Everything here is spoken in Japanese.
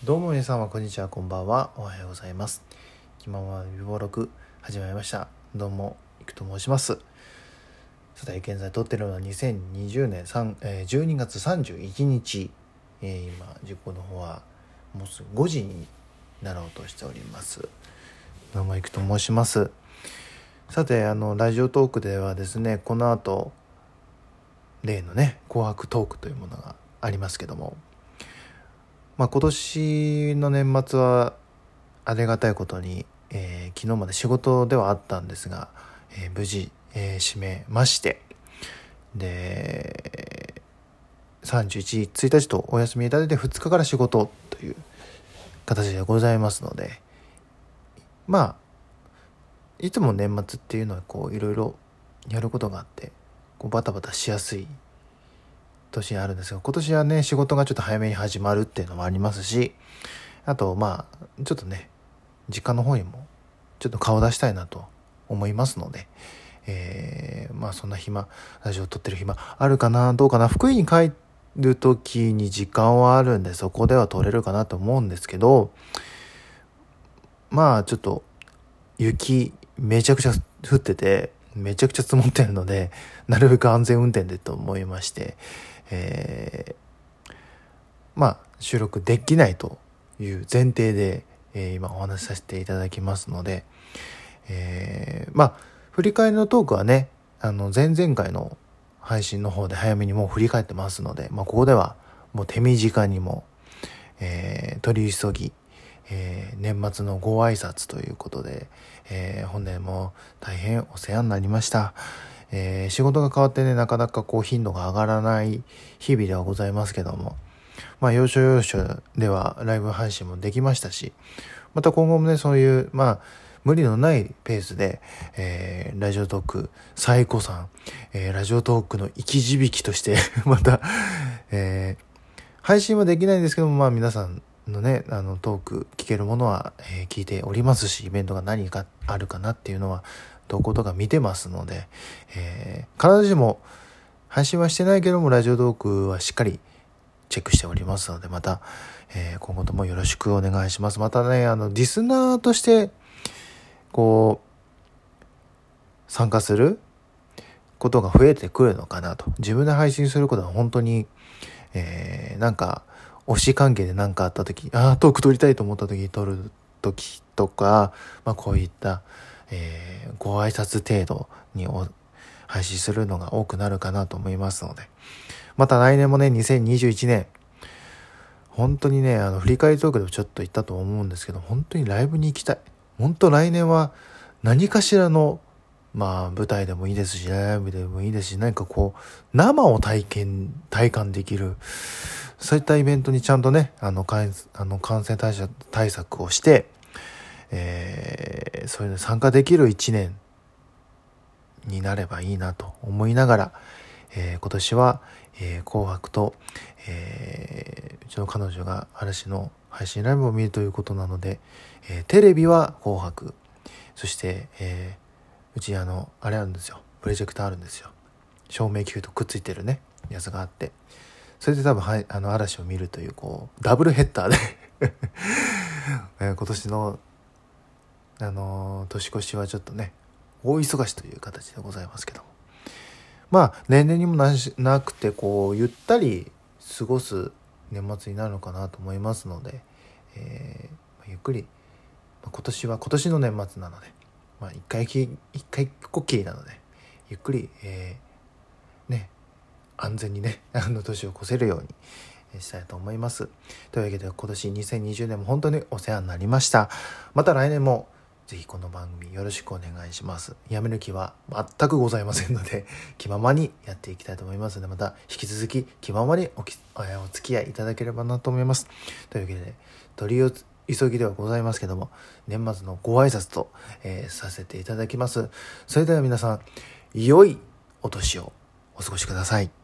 どうも皆様こんにちは、こんばんは、おはようございます。気ままな美貌録始まりました。どうもいくと申します。さて現在撮っているのは2020年12月31日、今時刻の方はもうすぐ5時になろうとしております。どうもいくと申します。さてラジオトークではですね、この後例のね紅白トークというものがありますけども、今年の年末はありがたいことに、昨日まで仕事ではあったんですが、無事、締めまして、で31、1日とお休みいただいて2日から仕事という形でございますので、いつも年末っていうのはこういろいろやることがあってこうバタバタしやすい年にあるんですが、今年はね仕事がちょっと早めに始まるっていうのもありますし、あとちょっとね実家の方にもちょっと顔出したいなと思いますので、そんなラジオ撮ってる暇あるかなどうかな。福井に帰る時に時間はあるんでそこでは撮れるかなと思うんですけど、ちょっと雪めちゃくちゃ降っててめちゃくちゃ積もってるので、なるべく安全運転でと思いまして、収録できないという前提で、今お話しさせていただきますので、振り返りのトークはね前々回の配信の方で早めにもう振り返ってますので、ここではもう手短にも、取り急ぎ、年末のご挨拶ということで、本年も大変お世話になりました。仕事が変わってねなかなかこう頻度が上がらない日々ではございますけども、要所要所ではライブ配信もできましたし、また今後もねそういう無理のないペースで、ラジオトーク最古さん、ラジオトークの生き字引としてまた、配信はできないんですけども、皆さんのねトーク聞けるものは、聞いておりますし、イベントが何かあるかなっていうのはどことか見てますので、必ずしも配信はしてないけどもラジオトークはしっかりチェックしておりますので、また、今後ともよろしくお願いします。またねリスナーとしてこう参加することが増えてくるのかなと。自分で配信することは本当に、推し関係で何かあった時、トーク撮りたいと思った時に撮る時とか、こういった、ご挨拶程度に配信するのが多くなるかなと思いますので、また来年もね2021年本当にね振り返りトークでもちょっと言ったと思うんですけど、本当にライブに行きたい。本当来年は何かしらの舞台でもいいですしライブでもいいですし、何かこう生を体感できるそういったイベントにちゃんとね感染対策をして、そういうのに参加できる1年になればいいなと思いながら、今年は、紅白と、うちの彼女が嵐の配信ライブを見るということなので、テレビは紅白、そして、うちあれあるんですよ、プロジェクターあるんですよ。照明球とくっついてるねやつがあって、それで多分嵐を見るというこうダブルヘッダーで今年の年越しはちょっとね大忙しという形でございますけども、例年にもなくてこうゆったり過ごす年末になるのかなと思いますので、ゆっくり、今年の年末なので、一回こっきりなのでゆっくり、安全にね年を越せるようにしたいと思います。というわけで今年2020年も本当にお世話になりました。また来年もぜひこの番組よろしくお願いします。やめる気は全くございませんので気ままにやっていきたいと思いますので、また引き続き気ままにお付き合いいただければなと思います。というわけで取り急ぎではございますけども、年末のご挨拶と、させていただきます。それでは皆さん良いお年をお過ごしください。